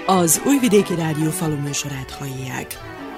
Az Újvidéki Rádió faluműsorát hallják.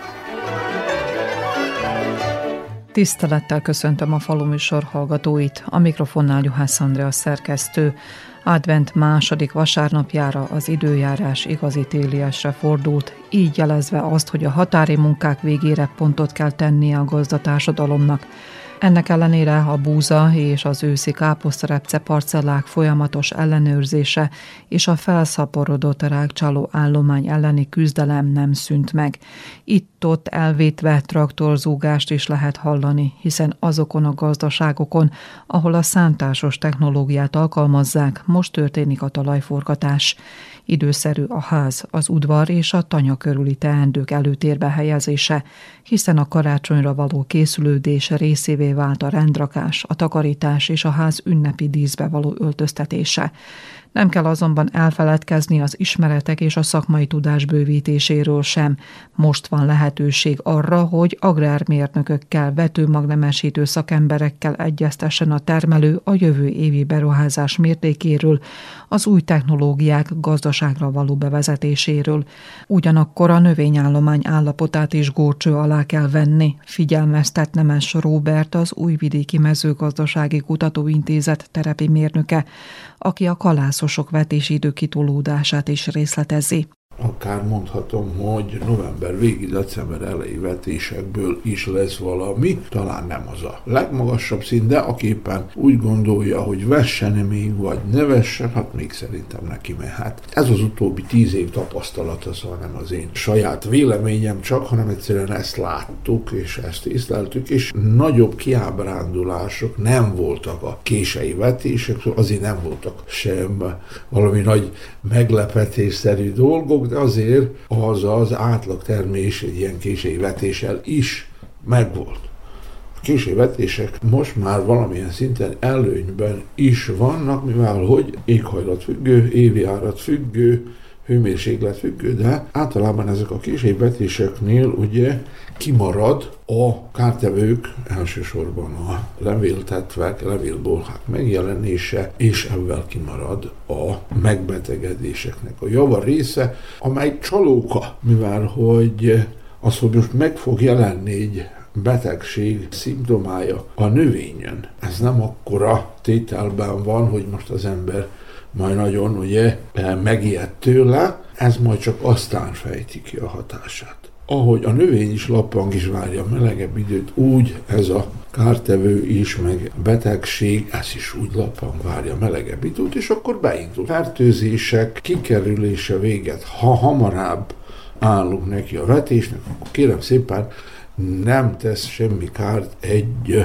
Tisztelettel köszöntöm a faluműsor hallgatóit, a mikrofonnál Juhász Andrea szerkesztő. Advent második vasárnapjára az időjárás igazi téliesre fordult, így jelezve azt, hogy a határi munkák végére pontot kell tennie a gazdatársadalomnak. Ennek ellenére a búza és az őszi káposztarepce parcellák folyamatos ellenőrzése és a felszaporodott rágcsáló állomány elleni küzdelem nem szűnt meg. Itt-ott elvétve traktorzúgást is lehet hallani, hiszen azokon a gazdaságokon, ahol a szántásos technológiát alkalmazzák, most történik a talajforgatás. Időszerű a ház, az udvar és a tanya körüli teendők előtérbe helyezése, hiszen a karácsonyra való készülődés részévé vált a rendrakás, a takarítás és a ház ünnepi díszbe való öltöztetése. Nem kell azonban elfeledkezni az ismeretek és a szakmai tudás bővítéséről sem. Most van lehetőség arra, hogy agrármérnökökkel, vetőmagnemesítő szakemberekkel egyeztessen a termelő a jövő évi beruházás mértékéről, az új technológiák gazdaságra való bevezetéséről. Ugyanakkor a növényállomány állapotát is górcső alá kell venni, figyelmeztet Nemes Róbert, az Újvidéki Mezőgazdasági Kutatóintézet terepi mérnöke, aki a kalászosok vetési idő kitolódását is részletezi. Akár mondhatom, hogy november végi, december elejé vetésekből is lesz valami, talán nem az a legmagasabb szint, de aki éppen úgy gondolja, hogy vessen még, vagy ne vessen, hát még szerintem neki mehet. Ez az utóbbi 10 év tapasztalata, szóval nem az én saját véleményem csak, hanem egyszerűen ezt láttuk, és ezt észleltük, és nagyobb kiábrándulások nem voltak a kései vetések, azért nem voltak sem valami nagy meglepetésszerű dolgok, de azért az átlagtermés egy ilyen késői vetéssel is megvolt. A késői vetések most már valamilyen szinten előnyben is vannak, mivel hogy éghajlat függő, évjárat függő, hőmérséklet függő, de általában ezek a késői vetéseknél ugye kimarad a kártevők, elsősorban a levéltetvek, levélbolhák megjelenése, és ebben kimarad a megbetegedéseknek a java része, amely csalóka, mivel hogy az, hogy most meg fog jelenni egy betegség szimptomája a növényen. Ez nem akkora tételben van, hogy most az ember majd nagyon ugye megijed tőle, ez majd csak aztán fejti ki a hatását. Ahogy a növény is lappang is várja a melegebb időt, úgy ez a kártevő is, meg betegség, ez is úgy lappang várja a melegebb időt, és akkor beindul. Fertőzések kikerülése véget, ha hamarabb állunk neki a vetésnek, akkor kérem szépen nem tesz semmi kárt egy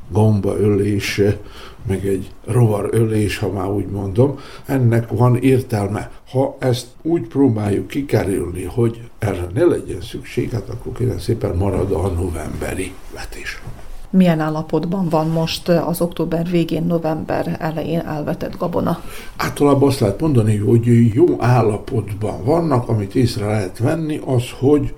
gombaölés, meg egy rovarölés, ha már úgy mondom, ennek van értelme. Ha ezt úgy próbáljuk kikerülni, hogy erre ne legyen szükség, hát akkor kérem szépen marad a novemberi vetés. Milyen állapotban van most az október végén, november elején elvetett gabona? Általában azt lehet mondani, hogy jó állapotban vannak, amit észre lehet venni, az, hogy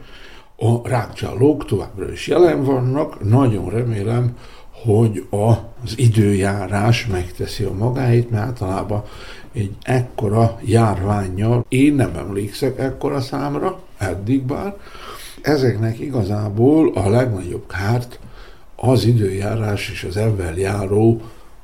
a rágcsálók továbbra is jelen vannak. Nagyon remélem, hogy az időjárás megteszi a magáét, mert általában egy ekkora járvánnyal, én nem emlékszek ekkora számra, eddig bár, ezeknek igazából a legnagyobb kárt az időjárás és az ebben járó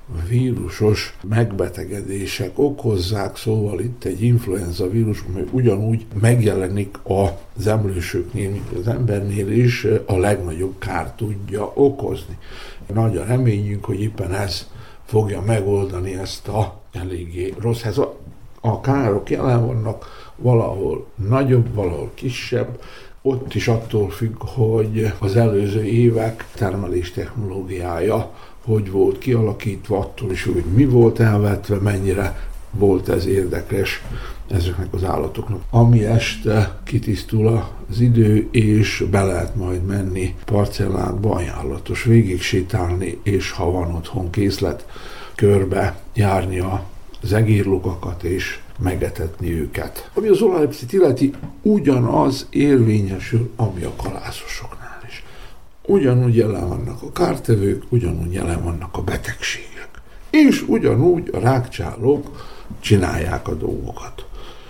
vírusos megbetegedések okozzák, szóval itt egy influenza vírus, ami ugyanúgy megjelenik az emlősöknél, mint az embernél is, a legnagyobb kárt tudja okozni. Nagy a reményünk, hogy éppen ez fogja megoldani ezt a eléggé rossz helyzetet. A károk jelen vannak, valahol nagyobb, valahol kisebb, ott is attól függ, hogy az előző évek termelés technológiája hogy volt kialakítva, attól is, hogy mi volt elvetve, mennyire volt ez érdekes ezeknek az állatoknak. Ami este kitisztul az idő, és be lehet majd menni parcellákba, ajánlatos végig sétálni, és ha van otthon készlet, körbe járni az egérlukakat, és megetetni őket. Ami az olajpicit illeti, ugyanaz érvényesül, ami a kalászosoknál is. Ugyanúgy jelen vannak a kártevők, ugyanúgy jelen vannak a betegségek. És ugyanúgy a rágcsálók csinálják a dolgokat.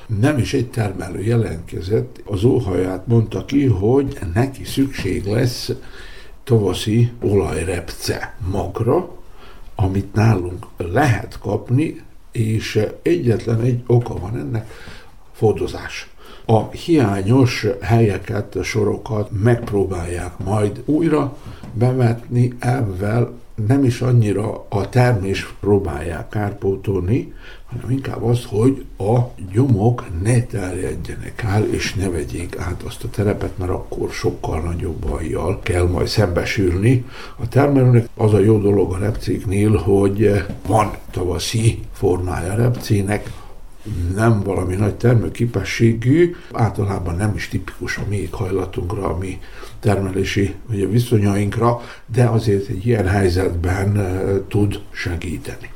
nem is egy termelő jelentkezett, az óhaját mondta ki, hogy neki szükség lesz tavaszi olajrepce magra, amit nálunk lehet kapni, és egyetlen egy oka van ennek, fordozás. A hiányos helyeket, sorokat megpróbálják majd újra bevetni, ebben nem is annyira a termést próbálják kárpótolni, hanem inkább az, hogy a gyomok ne terjedjenek el, és ne vegyék át azt a terepet, mert akkor sokkal nagyobb bajjal kell majd szembesülni. A termelőnek az a jó dolog a repcéknél, hogy van tavaszi formája a repcének, nem valami nagy termőképességű, általában nem is tipikus a mi éghajlatunkra, a mi termelési viszonyainkra, de azért egy ilyen helyzetben tud segíteni.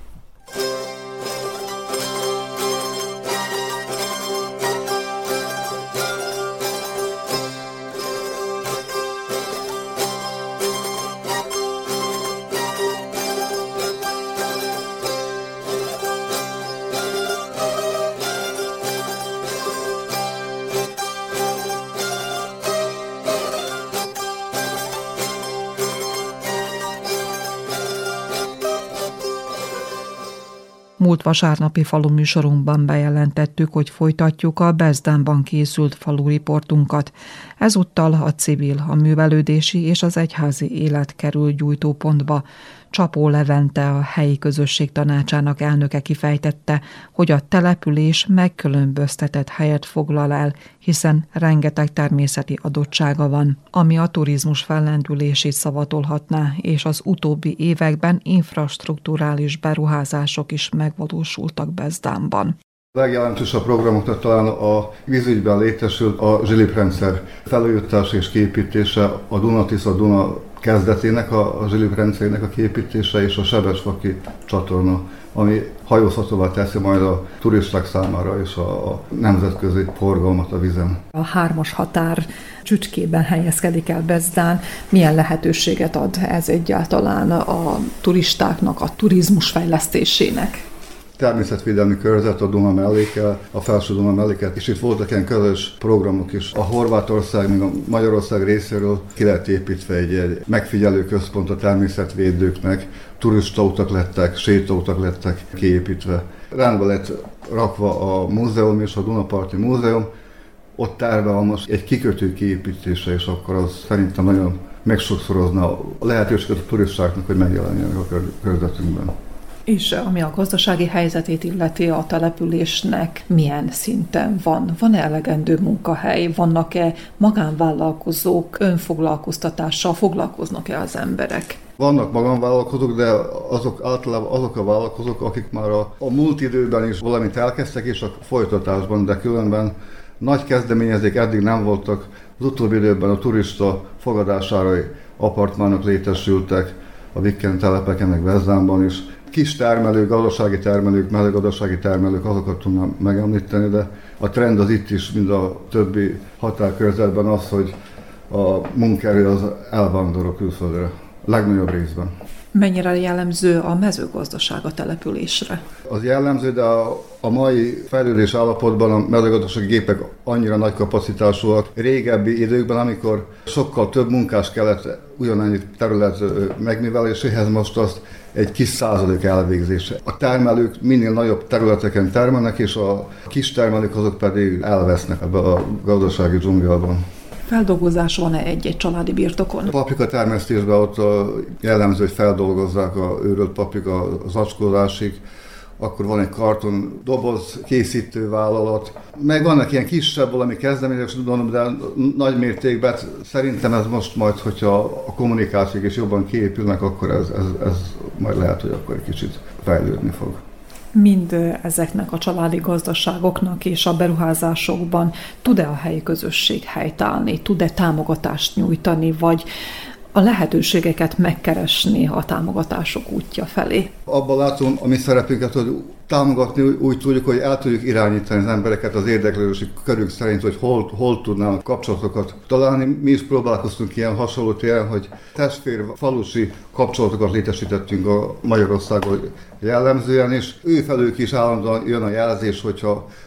Múlt vasárnapi faluműsorunkban bejelentettük, hogy folytatjuk a Bezdánban készült faluriportunkat. Ezúttal a civil, a művelődési és az egyházi élet kerül gyújtópontba. Csapó Levente, a helyi közösség tanácsának elnöke kifejtette, hogy a település megkülönböztetett helyet foglal el, hiszen rengeteg természeti adottsága van, ami a turizmus fellendülését szavatolhatná, és az utóbbi években infrastrukturális beruházások is megvalósultak Bezdánban. A legjelentősebb programoknak talán a vízügyben létesült a zsiliprendszer felújítása és kiépítése, a Duna-Tisza-Duna kezdetének, a zsiliprendszerének a kiépítése és a Sebesfaki csatorna, ami hajózhatóvá teszi majd a turisták számára és a nemzetközi forgalmat a vizen. A 3-as határ csücskében helyezkedik el Bezdán. Milyen lehetőséget ad ez egyáltalán a turistáknak, a turizmus fejlesztésének? Természetvédelmi körzet a Duna mellékkel, a Felső Duna mellékkel, és itt voltak ilyen közös programok is. A Horvátország, még a Magyarország részéről ki lett építve egy megfigyelő központ a természetvédőknek, turistautak lettek, sétautak lettek kiépítve. Rendbe lett rakva a múzeum és a Dunaparti Múzeum, ott terve van most egy kikötő kiépítése, és akkor az szerintem nagyon megsokszorozna a lehetőséget a turistáknak, hogy megjelenjenek a körzetünkben. És ami a gazdasági helyzetét illeti a településnek, milyen szinten van? Van-e elegendő munkahely? Vannak-e magánvállalkozók, önfoglalkoztatással foglalkoznak-e az emberek? Vannak magánvállalkozók, de azok általában azok a vállalkozók, akik már a múlt időben is valamit elkezdtek, és a folytatásban, de különben nagy kezdeményezék eddig nem voltak. Az utóbbi időben a turista fogadására apartmánok létesültek a Viken telepeken, meg Bezdánban is. Kis termelők, gazdasági termelők, mezőgazdasági termelők, azokat tudnám megemlíteni, de a trend az itt is, mint a többi határkörzetben az, hogy a munkaerő az elvándorol külföldre, legnagyobb részben. Mennyire jellemző a mezőgazdaság a településre? Az jellemző, de a mai fejlődés állapotban a mezőgazdasági gépek annyira nagy kapacitásúak. Régebbi időkben, amikor sokkal több munkás kellett ugyanannyi terület megműveléséhez, most azt egy kis százalék elvégzése. A termelők minél nagyobb területeken termelnek, és a kis termelők azok pedig elvesznek ebbe a gazdasági dzsungelban. Feldolgozás van-e egy-egy családi birtokon? A paprika termesztésben ott jellemző, hogy feldolgozzák a őrölt paprika zacskózásig, akkor van egy karton doboz készítő vállalat. Meg vannak ilyen kisebb valami kezdeményezés, tudom, de nagy mértékben szerintem ez most majd, hogyha a kommunikációk is jobban kiépülnek, akkor ez majd lehet, hogy akkor egy kicsit fejlődni fog. Mind ezeknek a családi gazdaságoknak és a beruházásokban tud-e a helyi közösség helytállni, tud-e támogatást nyújtani, vagy a lehetőségeket megkeresni a támogatások útja felé? Abban látom a mi szerepünket, hogy támogatni úgy tudjuk, hogy el tudjuk irányítani az embereket az érdeklődési körük szerint, hogy hol tudnának kapcsolatokat találni. Mi is próbálkoztunk ilyen hasonló téren, hogy testvér falusi kapcsolatokat létesítettünk a Magyarországon jellemzően, és őfelők is állandóan jön a jelzés, hogyha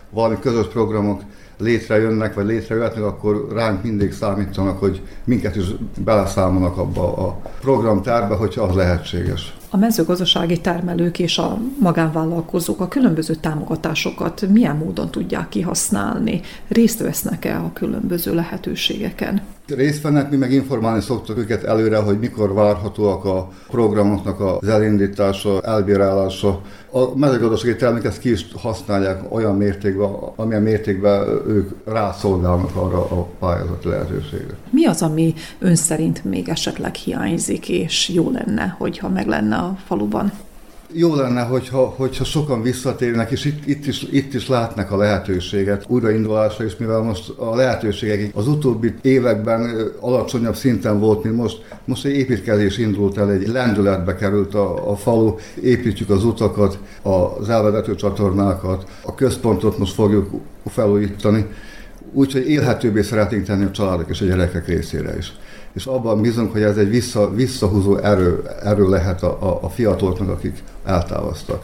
valami közös programok létrejönnek, vagy létrejöhetnek, akkor ránk mindig számítanak, hogy minket is beleszámolnak abba a programtervbe, hogyha az lehetséges. A mezőgazdasági termelők és a magánvállalkozók a különböző támogatásokat milyen módon tudják kihasználni? Részt vesznek-e a különböző lehetőségeken? Részt vennek, mi meg informálni szoktuk őket előre, hogy mikor várhatóak a programoknak az elindítása, elbírálása. A mezőgazdasági termelők ezt ki is használják olyan mértékben, amilyen mértékben ők rászolgálnak arra a pályázati lehetőségre. Mi az, ami ön szerint még esetleg hiányzik, és jó lenne, hogyha meg lenne a faluban? Jó lenne, hogyha sokan visszatérnek, és itt is látnak a lehetőséget újraindulásra is, mivel most a lehetőségek az utóbbi években alacsonyabb szinten volt, mint most. Most egy építkezés indult el, egy lendületbe került a falu, építjük az utakat, az elvezető csatornákat, a központot most fogjuk felújítani, úgyhogy élhetőbbé szeretnénk tenni a családok és a gyerekek részére is. És abban bízunk, hogy ez egy visszahúzó erő lehet a fiataloknak, akik eltávoztak.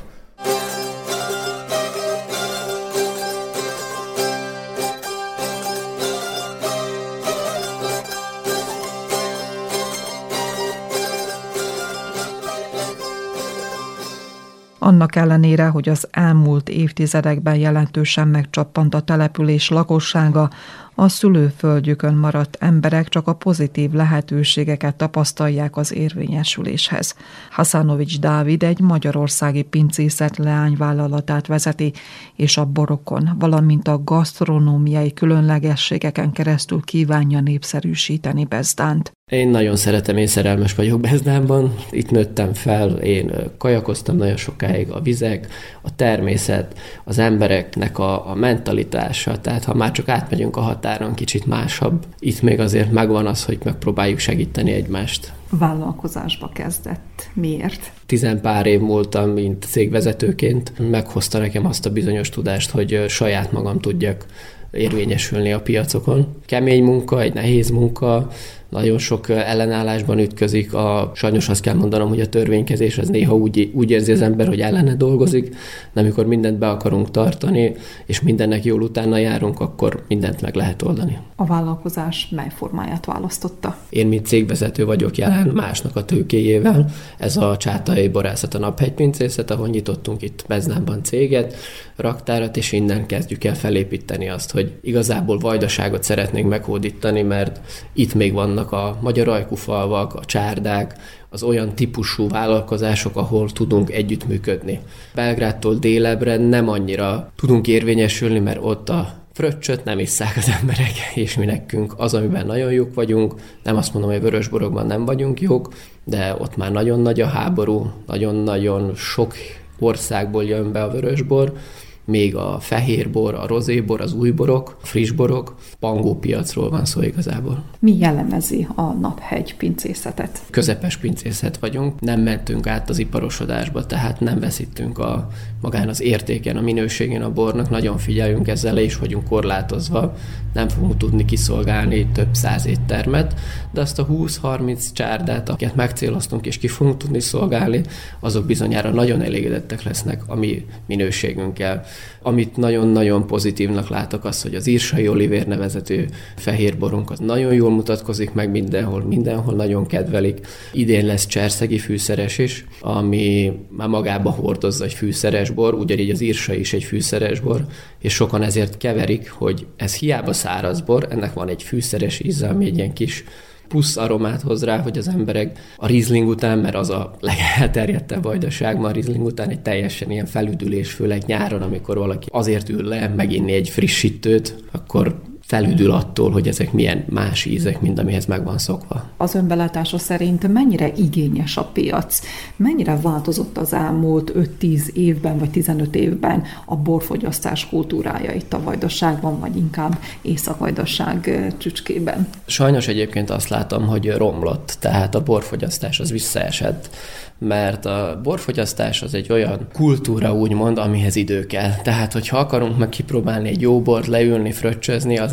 Annak ellenére, hogy az elmúlt évtizedekben jelentősen megcsappant a település lakossága, a szülőföldjükön maradt emberek csak a pozitív lehetőségeket tapasztalják az érvényesüléshez. Haszanovics Dávid egy magyarországi pincészet leányvállalatát vezeti, és a borokon, valamint a gasztronómiai különlegességeken keresztül kívánja népszerűsíteni Bezdánt. Én nagyon szeretem, én szerelmes vagyok Bezdánban. Itt nőttem fel, én kajakoztam nagyon sokáig, a vizek, a természet, az embereknek a mentalitása, tehát ha már csak átmegyünk a határon, kicsit másabb. Itt még azért megvan az, hogy megpróbáljuk segíteni egymást. Vállalkozásba kezdett. Miért? 10 pár év múltam, mint cégvezetőként, meghozta nekem azt a bizonyos tudást, hogy saját magam tudjak érvényesülni a piacokon. Kemény munka, egy nehéz munka, nagyon sok ellenállásban ütközik. Sajnos azt kell mondanom, hogy a törvénykezés az néha úgy érzi az ember, hogy ellene dolgozik, de amikor mindent be akarunk tartani, és mindennek jól utána járunk, akkor mindent meg lehet oldani. A vállalkozás mely formáját választotta? Én, mint cégvezető vagyok jelen másnak a tőkéjével. Ez a Csátai Borászat, a Naphegypincészet, ahol nyitottunk itt Bezdánban céget, raktárat, és innen kezdjük el felépíteni azt, hogy igazából Vajdaságot szeretnénk meghódítani, mert itt még vannak a magyar ajkúfalvak, a csárdák, az olyan típusú vállalkozások, ahol tudunk együttműködni. Belgrádtól délebbre nem annyira tudunk érvényesülni, mert ott a fröccsöt nem isszák az emberek, és mi nekünk az, amiben nagyon jók vagyunk. Nem azt mondom, hogy vörösborokban nem vagyunk jók, de ott már nagyon nagy a háború, nagyon-nagyon sok országból jön be a vörösbor, még a fehérbor, a rozébor, az újborok, a frissborok, pangópiacról van szó igazából. Mi jellemezi a Naphegy pincészetet? Közepes pincészet vagyunk, nem mentünk át az iparosodásba, tehát nem veszítünk magán az értéken, a minőségén a bornak, nagyon figyeljünk ezzel, le is vagyunk korlátozva, nem fogunk tudni kiszolgálni több 100 éttermet, de azt a 20-30 csárdát, akiket megcéloztunk és ki fogunk tudni szolgálni, azok bizonyára nagyon elégedettek lesznek a mi minőségünkkel. Amit nagyon-nagyon pozitívnak látok az, hogy az Irsai Olivér nevezetű fehérborunk az nagyon jól mutatkozik meg mindenhol nagyon kedvelik. Idén lesz cserszegi fűszeres is, ami már magába hordozza egy fűszeres bor, ugyanígy az Irsai is egy fűszeres bor, és sokan ezért keverik, hogy ez hiába száraz bor, ennek van egy fűszeres íze, ami egy ilyen kis plusz aromát hoz rá, hogy az emberek a Riesling után, mert az a legelterjedtebb Vajdaságban, a Riesling után egy teljesen ilyen felüdülés, főleg nyáron, amikor valaki azért ül le meginni egy frissítőt, akkor felüdül attól, hogy ezek milyen más ízek, mint amihez meg van szokva. Az önbelátása szerint mennyire igényes a piac? Mennyire változott az elmúlt 5-10 évben, vagy 15 évben a borfogyasztás kultúrája itt a Vajdaságban, vagy inkább Észak-Vajdaság csücskében? Sajnos egyébként azt látom, hogy romlott, tehát a borfogyasztás az visszaesett, mert a borfogyasztás az egy olyan kultúra úgymond, amihez idő kell. Tehát, hogyha akarunk meg kipróbálni egy jó bort, leülni, fröccsözni, az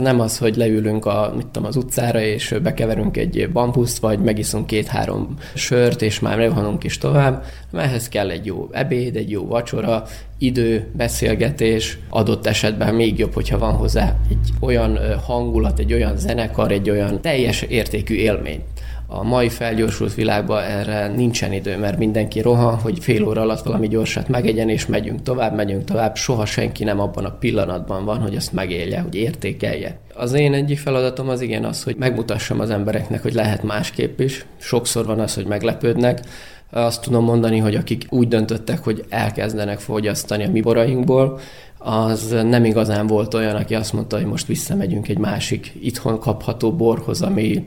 nem az, hogy leülünk az utcára, és bekeverünk egy bambuszt, vagy megiszunk 2-3 sört, és már rohanunk is tovább. Ehhez kell egy jó ebéd, egy jó vacsora, idő, beszélgetés, adott esetben még jobb, hogyha van hozzá egy olyan hangulat, egy olyan zenekar, egy olyan teljes értékű élmény. A mai felgyorsult világban erre nincsen idő, mert mindenki rohan, hogy fél óra alatt valami gyorsat megegyen, és megyünk tovább. Soha senki nem abban a pillanatban van, hogy azt megélje, hogy értékelje. Az én egyik feladatom az igen az, hogy megmutassam az embereknek, hogy lehet másképp is. Sokszor van az, hogy meglepődnek. Azt tudom mondani, hogy akik úgy döntöttek, hogy elkezdenek fogyasztani a mi borainkból, az nem igazán volt olyan, aki azt mondta, hogy most visszamegyünk egy másik itthon kapható borhoz,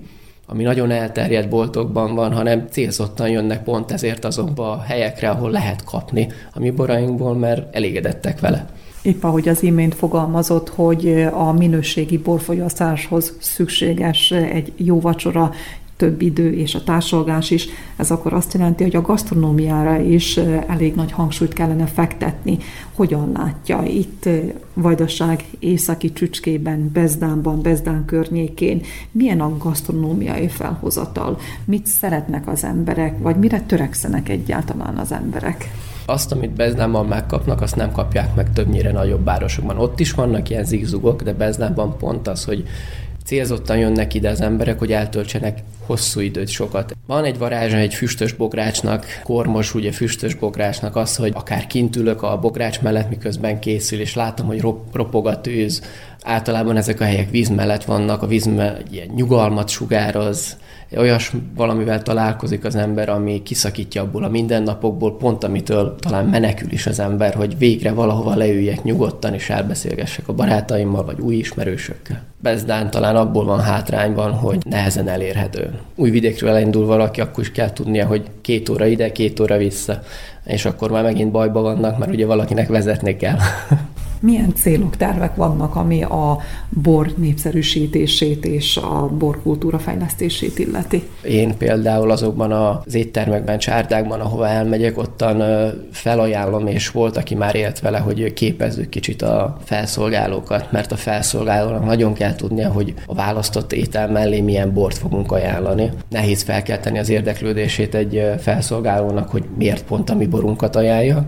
ami nagyon elterjedt boltokban van, hanem célzottan jönnek pont ezért azokba a helyekre, ahol lehet kapni a mi borainkból, mert elégedettek vele. Épp ahogy az imént fogalmazott, hogy a minőségi borfogyasztáshoz szükséges egy jó vacsora, több idő és a társalgás is, ez akkor azt jelenti, hogy a gasztronómiára is elég nagy hangsúlyt kellene fektetni. Hogyan látja itt Vajdaság északi csücskében, Bezdánban, Bezdán környékén, milyen a gasztronómiai felhozatal? Mit szeretnek az emberek, vagy mire törekszenek egyáltalán az emberek? Azt, amit Bezdánban megkapnak, azt nem kapják meg többnyire nagyobb városokban. Ott is vannak ilyen zigzugok, de Bezdánban pont az, hogy célzottan jönnek ide az emberek, hogy eltöltsenek hosszú időt, sokat. Van egy varázsa egy füstös bográcsnak, kormos ugye füstös bográcsnak az, hogy akár kint ülök a bogrács mellett, miközben készül, és látom, hogy ropog a tűz. Általában ezek a helyek víz mellett vannak, a víz mellett ilyen nyugalmat sugároz, olyas valamivel találkozik az ember, ami kiszakítja abból a mindennapokból, pont amitől talán menekül is az ember, hogy végre valahova leüljek nyugodtan, és elbeszélgessek a barátaimmal, vagy új ismerősökkel. Bezdán talán abból van hátrányban, hogy nehezen elérhető. Újvidékről elindul valaki, akkor is kell tudnia, hogy 2 óra ide, 2 óra vissza, és akkor már megint bajba vannak, mert ugye valakinek vezetni kell. Milyen célok, tervek vannak, ami a bor népszerűsítését és a borkultúra fejlesztését illeti? Én például azokban az éttermekben, csárdákban, ahova elmegyek, ottan felajánlom, és volt, aki már élt vele, hogy képezzük kicsit a felszolgálókat, mert a felszolgálónak nagyon kell tudnia, hogy a választott étel mellé milyen bort fogunk ajánlani. Nehéz felkelteni az érdeklődését egy felszolgálónak, hogy miért pont a mi borunkat ajánlja,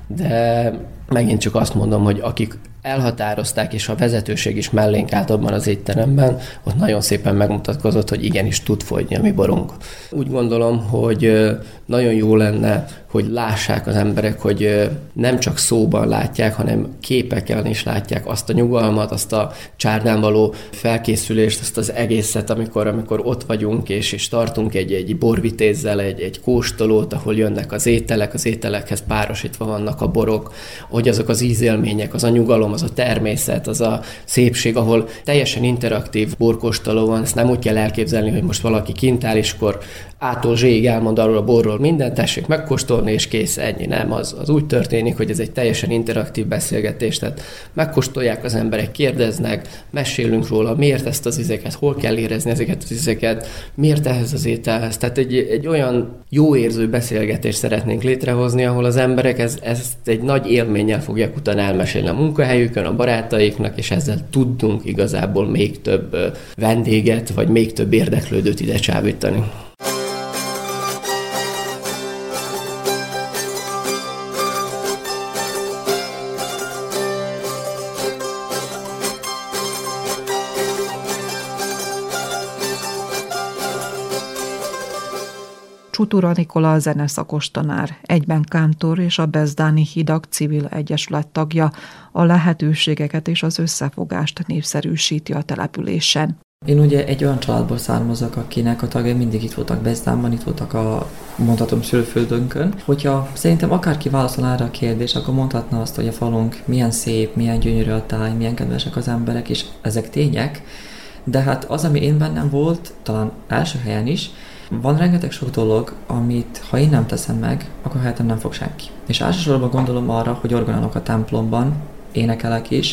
de megint csak azt mondom, hogy akik elhatározták, és a vezetőség is mellénk állt abban az étteremben, ott nagyon szépen megmutatkozott, hogy igenis tud fogyni a mi borunk. Úgy gondolom, hogy nagyon jó lenne, hogy lássák az emberek, hogy nem csak szóban látják, hanem képekkel is látják azt a nyugalmat, azt a csárdán való felkészülést, azt az egészet, amikor ott vagyunk, és tartunk egy borvitézzel, egy kóstolót, ahol jönnek az ételek, az ételekhez párosítva vannak a borok, hogy azok az ízélmények, az a nyugalom, az a természet, az a szépség, ahol teljesen interaktív borkóstoló van. Ezt nem úgy kell elképzelni, hogy most valaki kint áll, és akkor A-tól Z-ig elmond arról a borról mindent, tessék megkóstolni, és kész, ennyi. Nem, az úgy történik, hogy ez egy teljesen interaktív beszélgetés, tehát megkóstolják az emberek, kérdeznek, mesélünk róla, miért ezt az ízeket, hol kell érezni ezeket az ízeket, miért ehhez az ételhez. Tehát egy olyan jó érző beszélgetést szeretnénk létrehozni, ahol az emberek ezt egy nagy élménnyel fogják utána elmesélni a munkahelyükön, a barátaiknak, és ezzel tudunk igazából még több vendéget, vagy még több érdeklődőt ide csábítani. Csutura Nikola a zeneszakos tanár, egyben kántor és a Bezdáni Hidak Civil Egyesület tagja, a lehetőségeket és az összefogást népszerűsíti a településen. Én ugye egy olyan családból származok, akinek a tagjai mindig itt voltak Bezdánban, itt voltak mondhatom szülőföldünkön. Hogyha szerintem akárki válaszol erre a kérdést, akkor mondhatna azt, hogy a falunk milyen szép, milyen gyönyörű a táj, milyen kedvesek az emberek, és ezek tények. De hát az, ami én bennem volt, talán első helyen is, van rengeteg sok dolog, amit ha én nem teszem meg, akkor helyettem nem fog senki. És elsősorban gondolom arra, hogy orgonálok a templomban, énekelek is,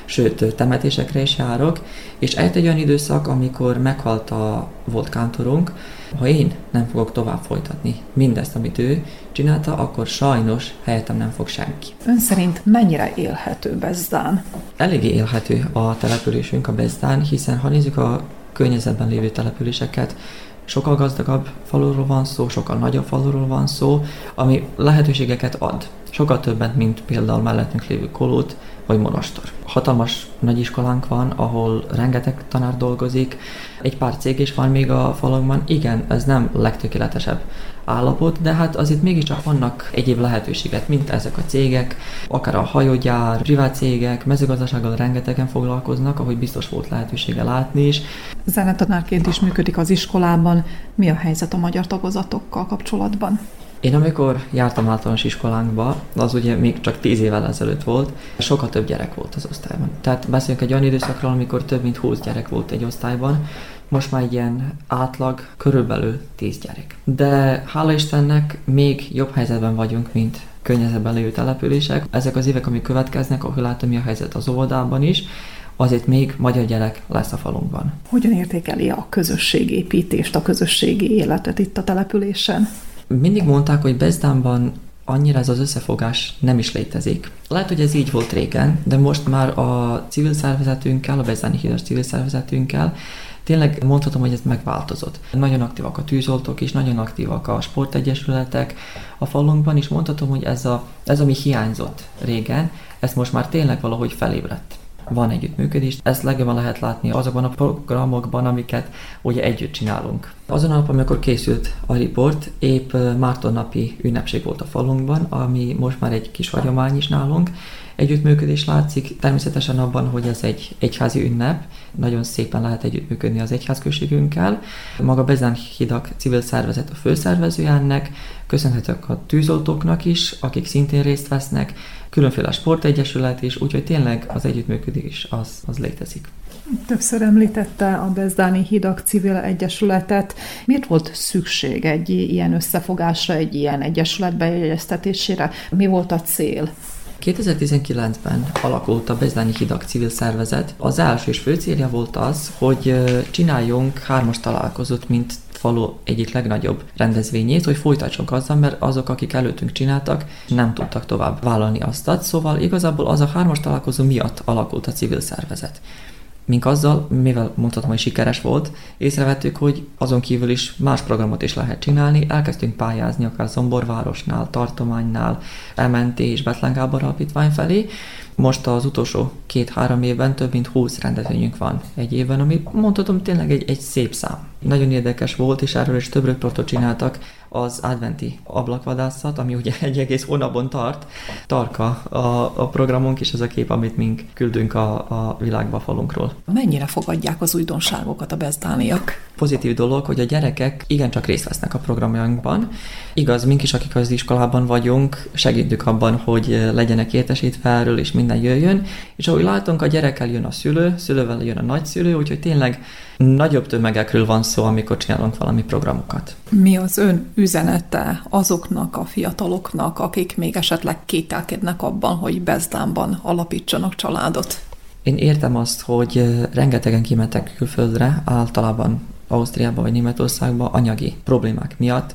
sőt temetésekre is járok, és eljött egy olyan időszak, amikor meghalt a volt kántorunk, ha én nem fogok tovább folytatni mindezt, amit ő csinálta, akkor sajnos helyettem nem fog senki. Ön szerint mennyire élhető Bezdán? Eléggé élhető a településünk a Bezdán, hiszen ha nézzük a környezetben lévő településeket, sokkal gazdagabb faluról van szó, sokkal nagyobb faluról van szó, ami lehetőségeket ad. Sokkal többet, mint például mellettünk lévő Kolót vagy Monostor. Hatalmas nagyiskolánk van, ahol rengeteg tanár dolgozik, egy pár cég is van még a falunkban. Igen, ez nem legtökéletesebb állapot, de hát azért mégiscsak vannak egyéb lehetőségek, mint ezek a cégek, akár a hajógyár, privát cégek, mezőgazdasággal rengetegen foglalkoznak, ahogy biztos volt lehetősége látni is. Zenetanárként is működik az iskolában. Mi a helyzet a magyar tagozatokkal kapcsolatban? Én amikor jártam általános iskolánkba, az ugye még csak 10 évvel ezelőtt volt, sokkal több gyerek volt az osztályban. Tehát beszélünk egy olyan időszakról, amikor több mint 20 gyerek volt egy osztályban, most már ilyen átlag körülbelül 10 gyerek. De hála Istennek még jobb helyzetben vagyunk, mint környezetben lévő települések. Ezek az évek, amik következnek, ahol látom, mi a helyzet az óvodában is, azért még magyar gyerek lesz a falunkban. Hogyan értékeli a közösségépítést, a közösségi életet itt a településen? Mindig mondták, hogy Bezdánban annyira ez az összefogás nem is létezik. Lehet, hogy ez így volt régen, de most már a civil szervezetünkkel, a Bezdáni Hidas civil szervezetünkkel tényleg mondhatom, hogy ez megváltozott. Nagyon aktívak a tűzoltók is, nagyon aktívak a sportegyesületek a falunkban, és mondhatom, hogy ez ami hiányzott régen, ez most már tényleg valahogy felébredt. Van együttműködés, ezt legjobban lehet látni azokban a programokban, amiket ugye együtt csinálunk. Azon a nap, amikor készült a riport, épp Mártonnapi ünnepség volt a falunkban, ami most már egy kis hagyomány is nálunk. Együttműködés látszik természetesen abban, hogy ez egy egyházi ünnep, nagyon szépen lehet együttműködni az egyházközségünkkel. Maga Bezdáni Hidak civil szervezet a főszervezője ennek, köszönhetők a tűzoltóknak is, akik szintén részt vesznek, különféle sportegyesület is, úgyhogy tényleg az együttműködés az létezik. Többször említette a Bezdáni Hidak civil egyesületet. Miért volt szükség egy ilyen összefogásra, egy ilyen egyesület bejegyeztetésére? Mi volt a cél? 2019-ben alakult a Bezdáni Hidak civil szervezet. Az első és fő célja volt az, hogy csináljunk 3 találkozót, mint falu egyik legnagyobb rendezvényét, hogy folytassunk azzal, mert azok, akik előttünk csináltak, nem tudtak tovább vállalni azt. Szóval igazából az a 3 találkozó miatt alakult a civil szervezet. Mink azzal, mivel mondhatom, hogy sikeres volt, észrevettük, hogy azon kívül is más programot is lehet csinálni, elkezdtünk pályázni akár Zomborvárosnál, Tartománynál, MNT és Bethlen Gábor Alapítvány felé. Most az utolsó 2-3 évben több mint 20 rendezvényünk van egy évben, ami mondhatom tényleg egy szép szám. Nagyon érdekes volt, és erről is több riportot csináltak, az adventi ablakvadászat, ami ugye egy egész hónapon tart. Tarka a programunk, és ez a kép, amit mink küldünk a világba a falunkról. Mennyire fogadják az újdonságokat a bezdániak? Pozitív dolog, hogy a gyerekek igencsak részt vesznek a programjainkban. Igaz, mink is, akik az iskolában vagyunk, segítünk abban, hogy legyenek értesítve erről, és minden jöjjön. És ahogy látunk, a gyerekkel jön a szülő, szülővel jön a nagyszülő, úgyhogy tényleg nagyobb tömegekről van szó, amikor csinálunk valami programokat. Mi az ön üzenete azoknak a fiataloknak, akik még esetleg kételkednek abban, hogy Bezdánban alapítsanak családot? Én értem azt, hogy rengetegen kimentek külföldre, általában Ausztriába vagy Németországba anyagi problémák miatt,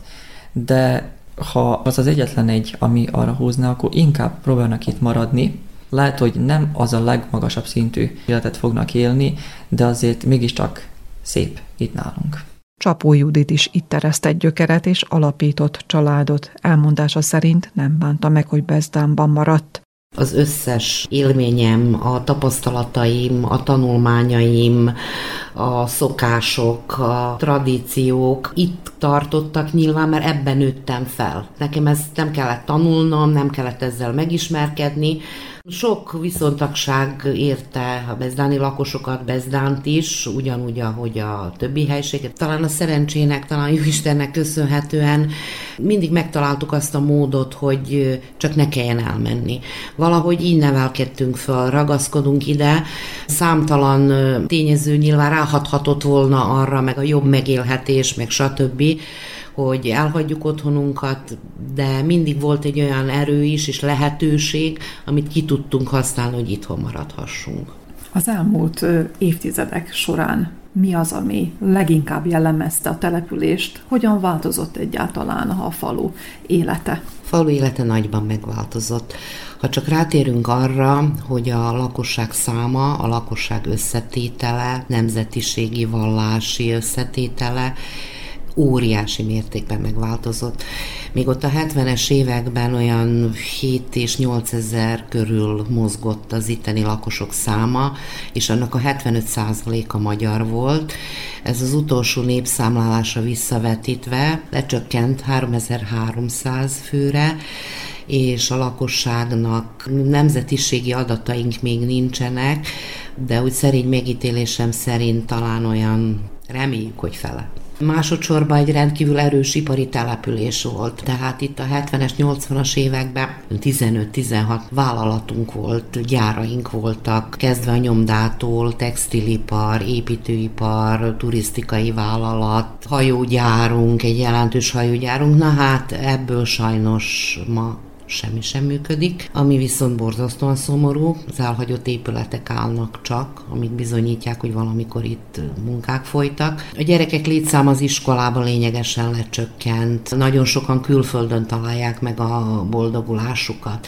de ha az az egyetlen egy, ami arra húzna, akkor inkább próbálnak itt maradni. Lehet, hogy nem az a legmagasabb szintű életet fognak élni, de azért mégiscsak szép itt nálunk. Csapó Judit is itt eresztett gyökeret és alapított családot. Elmondása szerint nem bánta meg, hogy Bezdánban maradt. Az összes élményem, a tapasztalataim, a tanulmányaim, a szokások, a tradíciók itt tartottak nyilván, mert ebben nőttem fel. Nekem ezt nem kellett tanulnom, nem kellett ezzel megismerkedni. Sok viszontagság érte a bezdáni lakosokat, Bezdánt is, ugyanúgy, ahogy a többi helységet. Talán a szerencsének, talán Jóistennek köszönhetően mindig megtaláltuk azt a módot, hogy csak ne kelljen elmenni. Valahogy így nevelkedtünk föl, ragaszkodunk ide. Számtalan tényező nyilván ráhathatott volna arra, meg a jobb megélhetés, meg stb., hogy elhagyjuk otthonunkat, de mindig volt egy olyan erő is, és lehetőség, amit ki tudtunk használni, hogy itthon maradhassunk. Az elmúlt évtizedek során mi az, ami leginkább jellemezte a települést? Hogyan változott egyáltalán a falu élete? A falu élete nagyban megváltozott. Ha csak rátérünk arra, hogy a lakosság száma, a lakosság összetétele, nemzetiségi, vallási összetétele óriási mértékben megváltozott. Még ott a 70-es években olyan 7 és 8 ezer körül mozgott az itteni lakosok száma, és annak a 75%-a magyar volt. Ez az utolsó népszámlálásra visszavetítve lecsökkent 3300 főre, és a lakosságnak nemzetiségi adataink még nincsenek, de úgy szerény megítélésem szerint talán olyan, reméljük, hogy fele. Másodszorban egy rendkívül erős ipari település volt, tehát itt a 70-es, 80-as években 15-16 vállalatunk volt, gyáraink voltak, kezdve a nyomdától, textilipar, építőipar, turisztikai vállalat, hajógyárunk, egy jelentős hajógyárunk, na hát ebből sajnos ma semmi sem működik, ami viszont borzasztóan szomorú, az elhagyott épületek állnak csak, amik bizonyítják, hogy valamikor itt munkák folytak. A gyerekek létszáma az iskolában lényegesen lecsökkent, nagyon sokan külföldön találják meg a boldogulásukat.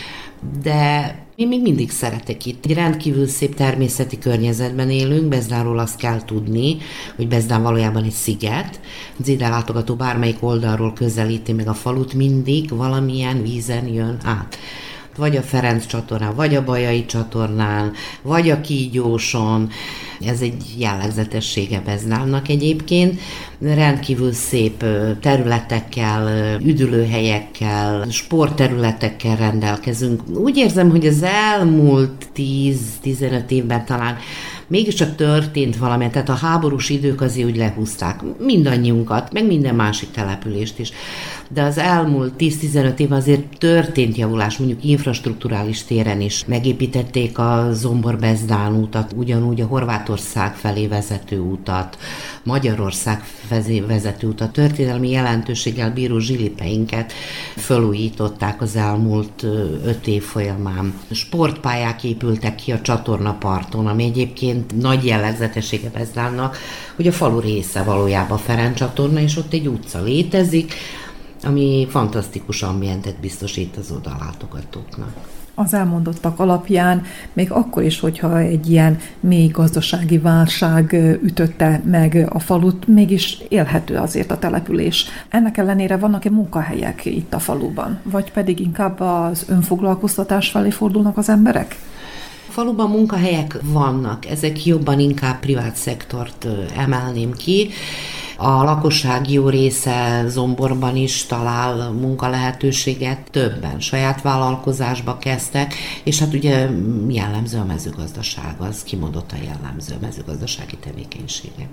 De én még mindig szeretek itt. Egy rendkívül szép természeti környezetben élünk, Bezdánról azt kell tudni, hogy Bezdán valójában egy sziget. Az ide látogató bármelyik oldalról közelíti meg a falut, mindig valamilyen vízen jön át. Vagy a Ferenc csatornán, vagy a Bajai csatornán, vagy a Kígyóson. Ez egy jellegzetessége Bezdánnak egyébként. Rendkívül szép területekkel, üdülőhelyekkel, sportterületekkel rendelkezünk. Úgy érzem, hogy az elmúlt 10-15 évben talán mégiscsak történt valami, tehát a háborús idők azért úgy lehúzták mindannyiunkat, meg minden másik települést is. De az elmúlt 10-15 évben azért történt javulás, mondjuk infrastrukturális téren is. Megépítették a Zombor-Bezdán útat, ugyanúgy a Horvátország felé vezető utat, Magyarország felé vezető utat, történelmi jelentőséggel bíró zsilipeinket felújították az elmúlt 5 év folyamán. Sportpályák épültek ki a csatornaparton, ami egyébként nagy jellegzetessége Bezdánnak, hogy a falu része valójában Ferenc csatorna, és ott egy utca létezik, ami fantasztikus ambientet biztosít az oda látogatóknak. Az elmondottak alapján, még akkor is, hogyha egy ilyen mély gazdasági válság ütötte meg a falut, mégis élhető azért a település. Ennek ellenére vannak-e munkahelyek itt a faluban? Vagy pedig inkább az önfoglalkoztatás felé fordulnak az emberek? A faluban munkahelyek vannak, ezek jobban inkább privát szektort emelném ki. A lakosság jó része Zomborban is talál munkalehetőséget, többen saját vállalkozásba kezdtek, és hát ugye jellemző a mezőgazdaság, az kimondottan jellemző a mezőgazdasági tevékenysége.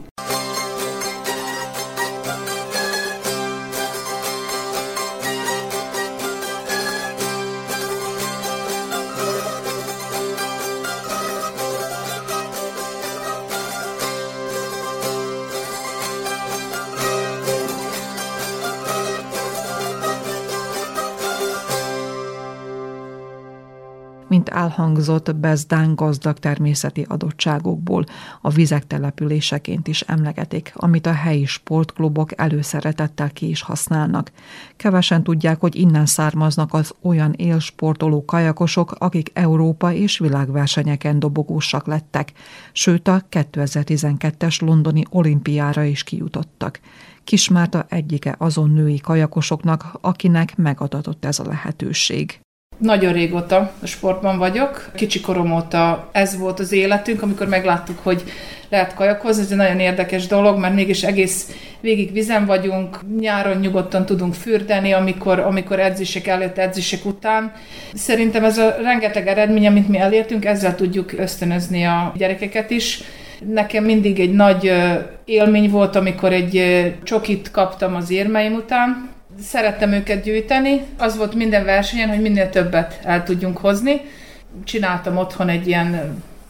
Mint elhangzott, Bezdán gazdag természeti adottságokból a vizek településeként is emlegetik, amit a helyi sportklubok előszeretettel ki is használnak. Kevesen tudják, hogy innen származnak az olyan élsportoló kajakosok, akik Európa és világversenyeken dobogósak lettek, sőt a 2012-es londoni olimpiára is kijutottak. Kis Márta egyike azon női kajakosoknak, akinek megadatott ez a lehetőség. Nagyon régóta a sportban vagyok. Kicsi korom óta ez volt az életünk, amikor megláttuk, hogy lehet kajakozni. Ez egy nagyon érdekes dolog, mert mégis egész végig vizen vagyunk, nyáron nyugodtan tudunk fürdeni, amikor edzések előtt, edzések után. Szerintem ez a rengeteg eredmény, amit mi elértünk, ezzel tudjuk ösztönözni a gyerekeket is. Nekem mindig egy nagy élmény volt, amikor egy csokit kaptam az érmeim után. Szerettem őket gyűjteni, az volt minden versenyen, hogy minél többet el tudjunk hozni. Csináltam otthon egy ilyen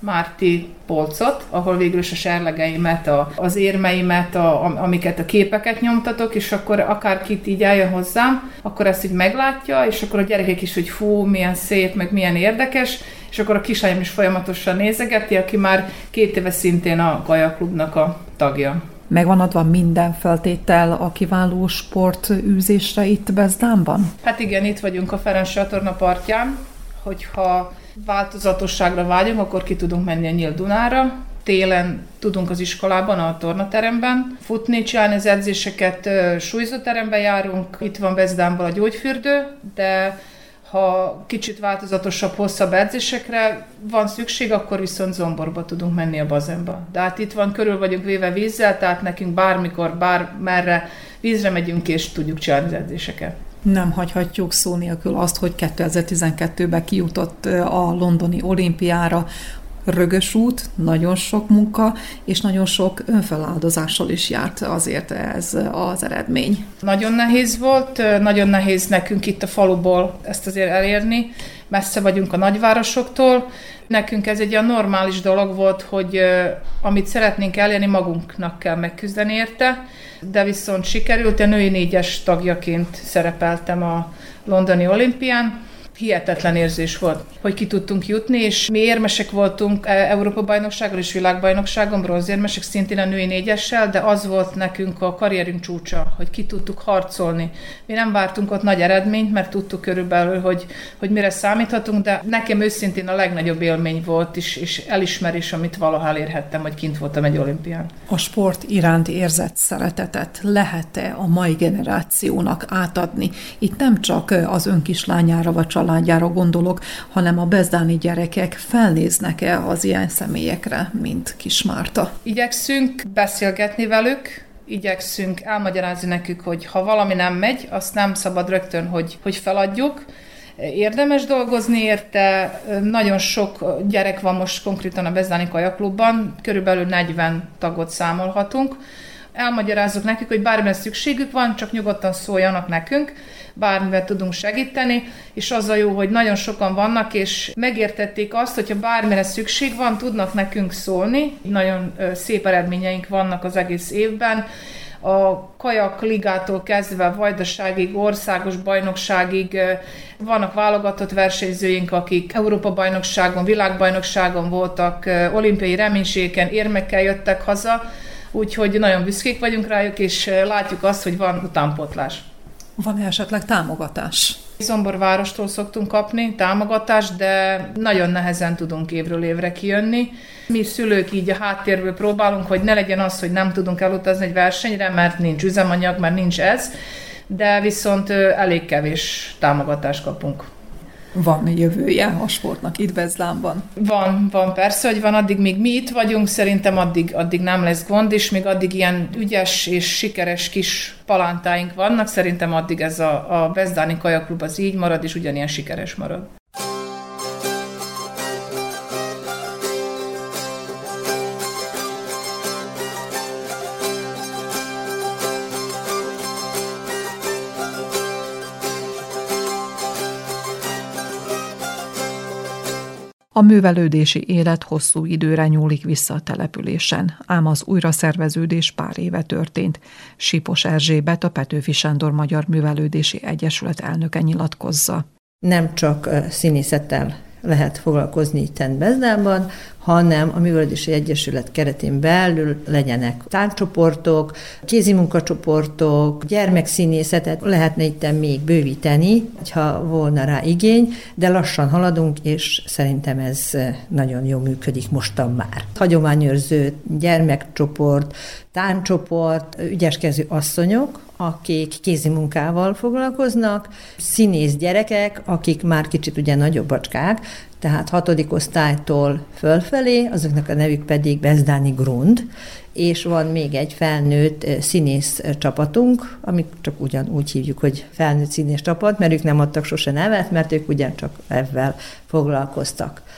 Márti polcot, ahol végül is a serlegeimet, az érmeimet, amiket a képeket nyomtatok, és akkor akárkit így eljön hozzám, akkor ezt így meglátja, és akkor a gyerekek is, hogy fú, milyen szép, meg milyen érdekes, és akkor a kislányom is folyamatosan nézegeti, aki már 2 éve szintén a kajaklubnak a tagja. Megvan adva minden feltétel a kiváló sportűzésre itt Bezdánban? Hát igen, itt vagyunk a Ferenc csatorna partján, hogyha változatosságra vágyunk, akkor ki tudunk menni a Nyílt Dunára. Télen tudunk az iskolában, a tornateremben futni, csinálni az edzéseket, súlyzóteremben járunk, itt van Bezdánban a gyógyfürdő, de ha kicsit változatosabb, hosszabb edzésekre van szükség, akkor viszont Zomborba tudunk menni a bazenba. De hát itt van, körül vagyunk véve vízzel, tehát nekünk bármikor, bármerre vízre megyünk és tudjuk csinálni az edzéseket. Nem hagyhatjuk szó nélkül azt, hogy 2012-ben kijutott a londoni olimpiára. Rögös út, nagyon sok munka, és nagyon sok önfeláldozással is járt azért ez az eredmény. Nagyon nehéz volt, nagyon nehéz nekünk itt a faluból ezt azért elérni. Messze vagyunk a nagyvárosoktól. Nekünk ez egy olyan normális dolog volt, hogy amit szeretnénk elérni, magunknak kell megküzdeni érte, de viszont sikerült, a női 4-es tagjaként szerepeltem a londoni olimpián. Hihetetlen érzés volt, hogy ki tudtunk jutni, és mi érmesek voltunk Európa-bajnokságon és világbajnokságon, bronzérmesek szintén a női 4-essel, de az volt nekünk a karrierünk csúcsa, hogy ki tudtuk harcolni. Mi nem vártunk ott nagy eredményt, mert tudtuk körülbelül, hogy mire számíthatunk, de nekem őszintén a legnagyobb élmény volt, és elismerés, amit valaha elérhettem, hogy kint voltam egy olimpián. A sport iránt érzett szeretetet lehet-e a mai generációnak átadni? Itt nem csak az önkislányára vagy családjára gondolok, hanem a bezdáni gyerekek felnéznek-e az ilyen személyekre, mint Kis Márta? Igyekszünk beszélgetni velük, igyekszünk elmagyarázni nekük, hogy ha valami nem megy, azt nem szabad rögtön, hogy feladjuk. Érdemes dolgozni érte, nagyon sok gyerek van most konkrétan a Bezdáni kajaklubban, körülbelül 40 tagot számolhatunk. Elmagyarázok nekik, hogy bármilyen szükségük van, csak nyugodtan szóljanak nekünk, bármivel tudunk segíteni, és az a jó, hogy nagyon sokan vannak, és megértették azt, hogyha bármire szükség van, tudnak nekünk szólni. Nagyon szép eredményeink vannak az egész évben. A kajakligától kezdve vajdaságig, országos bajnokságig vannak válogatott versenyzőink, akik Európa-bajnokságon, világbajnokságon voltak, olimpiai reménységeken, érmekkel jöttek haza, úgyhogy nagyon büszkék vagyunk rájuk, és látjuk azt, hogy van utánpótlás. Van esetleg támogatás? Zomborvárostól szoktunk kapni támogatást, de nagyon nehezen tudunk évről évre kijönni. Mi szülők így a háttérből próbálunk, hogy ne legyen az, hogy nem tudunk elutazni egy versenyre, mert nincs üzemanyag, mert nincs ez, de viszont elég kevés támogatást kapunk. Van jövője a sportnak itt Bezlánban? Van persze, hogy van, addig még mi itt vagyunk, szerintem addig nem lesz gond, és még addig ilyen ügyes és sikeres kis palántáink vannak, szerintem addig ez a Bezdáni kajaklub az így marad, és ugyanilyen sikeres marad. A művelődési élet hosszú időre nyúlik vissza a településen, ám az újraszerveződés pár éve történt. Sipos Erzsébet, a Petőfi Sándor Magyar Művelődési Egyesület elnöke nyilatkozza. Nem csak színészettel lehet foglalkozni itt Bezdánban, hanem a Művelődési Egyesület keretén belül legyenek tánccsoportok, kézimunkacsoportok, gyermekszínészetet lehetne itt még bővíteni, ha volna rá igény, de lassan haladunk, és szerintem ez nagyon jól működik mostan már. Hagyományőrző gyermekcsoport, tánccsoport, ügyeskező asszonyok, akik kézimunkával foglalkoznak, színész gyerekek, akik már kicsit ugye nagyobbacskák, tehát 6. osztálytól fölfelé, azoknak a nevük pedig Bezdáni Grund, és van még egy felnőtt színész csapatunk, amit csak ugyanúgy hívjuk, hogy felnőtt színész csapat, mert ők nem adtak sose nevet, mert ők ugyancsak ebben foglalkoztak.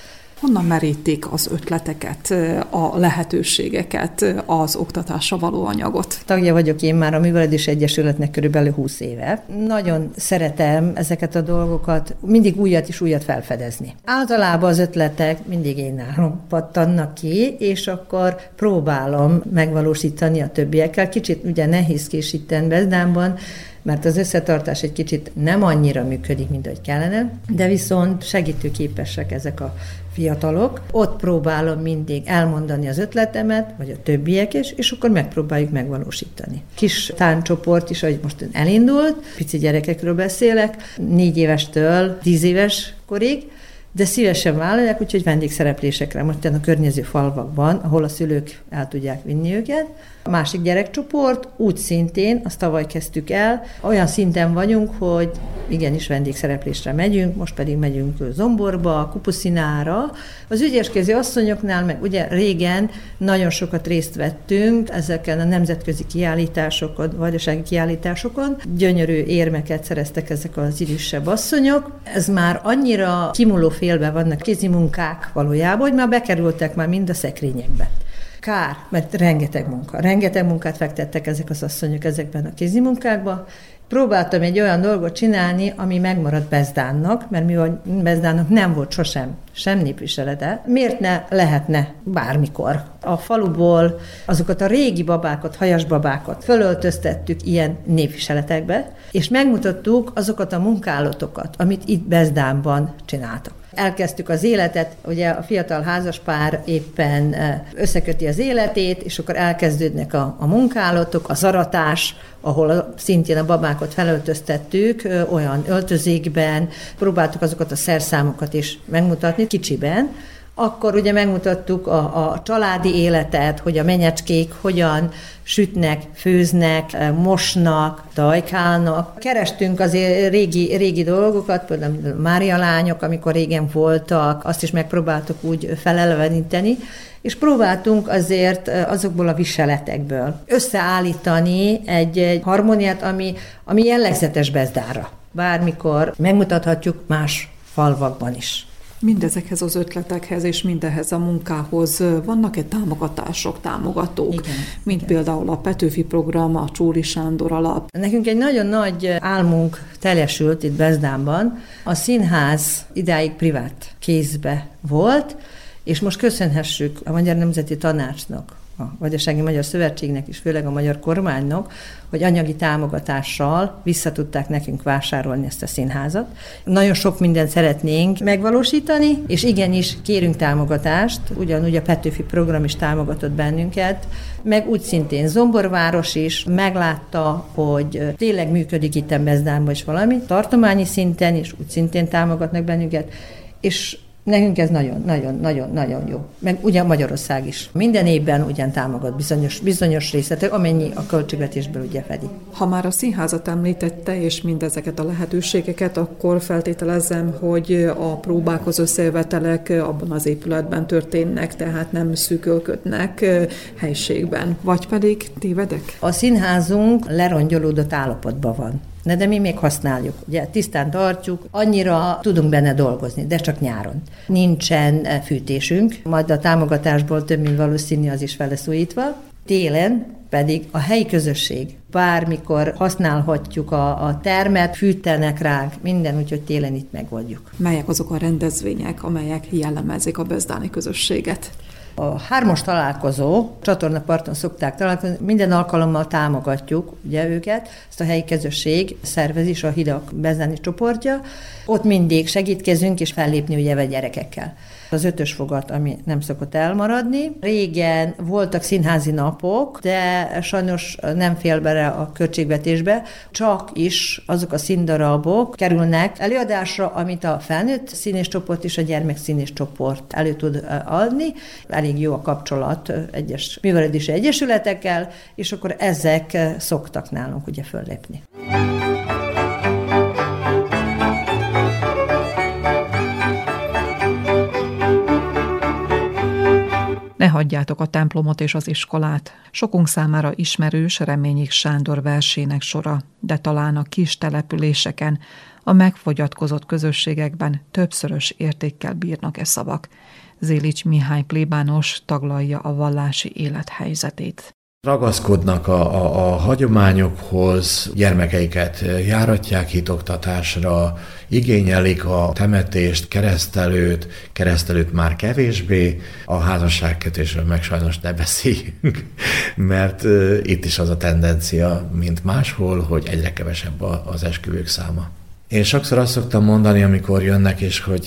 Honnan merítik az ötleteket, a lehetőségeket, az oktatásra való anyagot? Tagja vagyok én már a Művelődési Egyesületnek körülbelül 20 éve. Nagyon szeretem ezeket a dolgokat, mindig újat és újat felfedezni. Általában az ötletek mindig én nálam pattannak ki, és akkor próbálom megvalósítani a többiekkel. Kicsit ugye nehézkés itten Bezdámban, mert az összetartás egy kicsit nem annyira működik, mint ahogy kellene, de viszont segítőképesek ezek a fiatalok. Ott próbálom mindig elmondani az ötletemet, vagy a többiek is, és akkor megpróbáljuk megvalósítani. Kis táncsoport is, ahogy most elindult, pici gyerekekről beszélek, 4 évestől 10 éves korig, de szívesen vállalják, úgyhogy vendégszereplésekre most a környező falvakban, ahol a szülők el tudják vinni őket. A másik gyerekcsoport úgy szintén, azt tavaly kezdtük el, olyan szinten vagyunk, hogy igenis vendégszereplésre megyünk, most pedig megyünk Zomborba, Kupuszinára. Az ügyeskézi asszonyoknál, meg ugye régen nagyon sokat részt vettünk ezeken a nemzetközi kiállításokon, vajdasági kiállításokon. Gyönyörű érmeket szereztek ezek az idősebb asszonyok. Ez már annyira kimuló félben vannak kézimunkák valójában, hogy már bekerültek már mind a szekrényekbe. Kár, mert rengeteg munkát fektettek ezek az asszonyok ezekben a kézimunkákba. Próbáltam egy olyan dolgot csinálni, ami megmaradt Bezdánnak, mert mivel Bezdánnak nem volt sosem sem népviselete, miért ne lehetne bármikor. A faluból azokat a régi babákat, hajas babákat fölöltöztettük ilyen népviseletekbe, és megmutattuk azokat a munkálatokat, amit itt Bezdánban csináltak. Elkezdtük az életet, ugye a fiatal házaspár éppen összeköti az életét, és akkor elkezdődnek a munkálatok, az aratás, ahol szintén a babákat felöltöztettük olyan öltözékben, próbáltuk azokat a szerszámokat is megmutatni kicsiben. Akkor ugye megmutattuk a családi életet, hogy a menyecskék hogyan sütnek, főznek, mosnak, dajkálnak. Kerestünk azért régi dolgokat, például Mária lányok, amikor régen voltak, azt is megpróbáltuk úgy feleleveníteni, és próbáltunk azért azokból a viseletekből összeállítani egy harmóniát, ami jellegzetes Bezdára. Bármikor megmutathatjuk más falvakban is. Mindezekhez az ötletekhez és mindehhez a munkához vannak-e támogatások, támogatók, igen, mint igen. Például a Petőfi program, a Csóri Sándor alap? Nekünk egy nagyon nagy álmunk teljesült itt Bezdánban. A színház idáig privát kézbe volt, és most köszönhessük a Magyar Nemzeti Tanácsnak, a Vajdasági Magyar Szövetségnek és főleg a magyar kormánynak, hogy anyagi támogatással visszatudták nekünk vásárolni ezt a színházat. Nagyon sok mindent szeretnénk megvalósítani, és igenis kérünk támogatást, ugyanúgy a Petőfi program is támogatott bennünket, meg úgy szintén Zomborváros is meglátta, hogy tényleg működik itt Bezdánban is valami, tartományi szinten is úgy szintén támogatnak bennünket, és nekünk ez nagyon jó. Meg ugyan Magyarország is. Minden évben ugyan támogat bizonyos részletek, amennyi a költségvetésből ugye fedi. Ha már a színházat említette, és mindezeket a lehetőségeket, akkor feltételezem, hogy a próbák, az összejövetelek abban az épületben történnek, tehát nem szűkölködnek helyiségben. Vagy pedig tévedek? A színházunk lerongyolódott állapotban van. De mi még használjuk, ugye tisztán tartjuk, annyira tudunk benne dolgozni, de csak nyáron. Nincsen fűtésünk, majd a támogatásból több mint valószínű az is fel lesz újítva. Télen pedig a helyi közösség bármikor használhatjuk a termet, fűtenek ránk, minden, úgyhogy télen itt megoldjuk. Melyek azok a rendezvények, amelyek jellemezik a bezdáni közösséget? A 3-as találkozó, csatornaparton szokták találkozni, minden alkalommal támogatjuk ugye őket, ezt a helyi közösség szervezés, a Hidak bezdáni csoportja. Ott mindig segítkezünk és fellépni ugye gyerekekkel. Az 5-ös fogat, ami nem szokott elmaradni. Régen voltak színházi napok, de sajnos nem fél bele a költségvetésbe, csak is azok a színdarabok kerülnek előadásra, amit a felnőtt színészcsoport és a gyermek színészcsoport elő tud adni. Elég jó a kapcsolat egyes művelődési egyesületekkel, és akkor ezek szoktak nálunk ugye föllépni. Ne hagyjátok a templomot és az iskolát. Sokunk számára ismerős Reményik Sándor versének sora, de talán a kis településeken, a megfogyatkozott közösségekben többszörös értékkel bírnak szavak. Zélics Mihály plébános taglalja a vallási élet helyzetét. Ragaszkodnak a hagyományokhoz, gyermekeiket járatják hitoktatásra, igényelik a temetést, keresztelőt már kevésbé, a házasságkötésről meg sajnos ne beszéljünk, mert itt is az a tendencia, mint máshol, hogy egyre kevesebb az esküvők száma. Én sokszor azt szoktam mondani, amikor jönnek, és hogy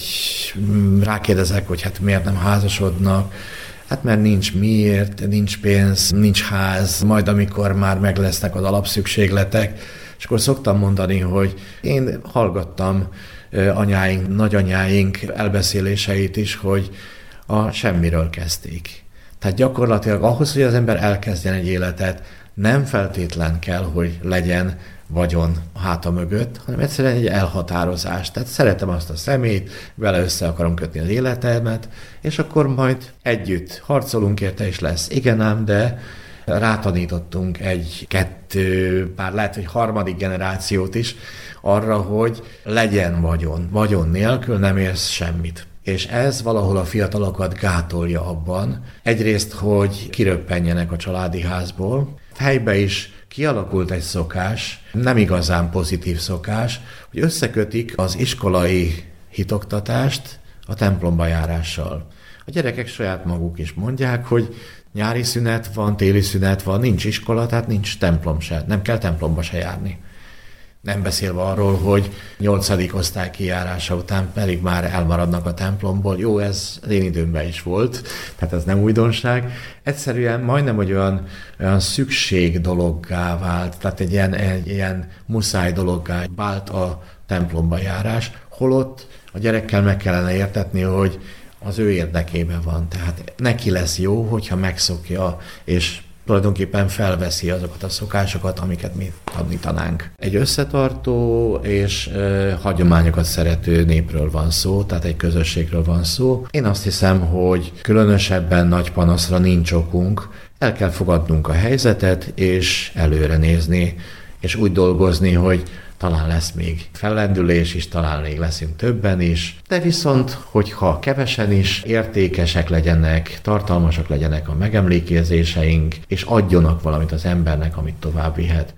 rákérdezek, hogy hát miért nem házasodnak, hát mert nincs miért, nincs pénz, nincs ház, majd amikor már meg lesznek az alapszükségletek, és akkor szoktam mondani, hogy én hallgattam anyáink, nagyanyáink elbeszéléseit is, hogy a semmiről kezdték. Tehát gyakorlatilag ahhoz, hogy az ember elkezdjen egy életet, nem feltétlen kell, hogy legyen vagyon a háta mögött, hanem egyszerűen egy elhatározás. Tehát szeretem azt a személyt, vele össze akarom kötni az életemet, és akkor majd együtt harcolunk érte, és lesz. Igen ám, de rátanítottunk egy-kettő, bár lehet, hogy harmadik generációt is arra, hogy legyen vagyon. Vagyon nélkül nem érsz semmit. És ez valahol a fiatalokat gátolja abban, egyrészt, hogy kiröppenjenek a családi házból, helybe is kialakult egy szokás, nem igazán pozitív szokás, hogy összekötik az iskolai hitoktatást a templomba járással. A gyerekek saját maguk is mondják, hogy nyári szünet van, téli szünet van, nincs iskola, tehát nincs templom se, nem kell templomba se járni. Nem beszélve arról, hogy 8. osztály kijárása után pedig már elmaradnak a templomból. Jó, ez az én időmben is volt, tehát ez nem újdonság. Egyszerűen majdnem, hogy olyan szükség dologgá vált, tehát egy ilyen muszáj dologgá vált a templomba járás, holott a gyerekkel meg kellene értetni, hogy az ő érdekében van. Tehát neki lesz jó, hogyha megszokja, és tulajdonképpen felveszi azokat a szokásokat, amiket mi tanítanánk. Egy összetartó és hagyományokat szerető népről van szó, tehát egy közösségről van szó. Én azt hiszem, hogy különösebben nagy panaszra nincs okunk, el kell fogadnunk a helyzetet, és előre nézni, és úgy dolgozni, hogy talán lesz még fellendülés is, talán még leszünk többen is, de viszont, hogyha kevesen is, értékesek legyenek, tartalmasak legyenek a megemlékezéseink, és adjonak valamit az embernek, amit tovább vihet.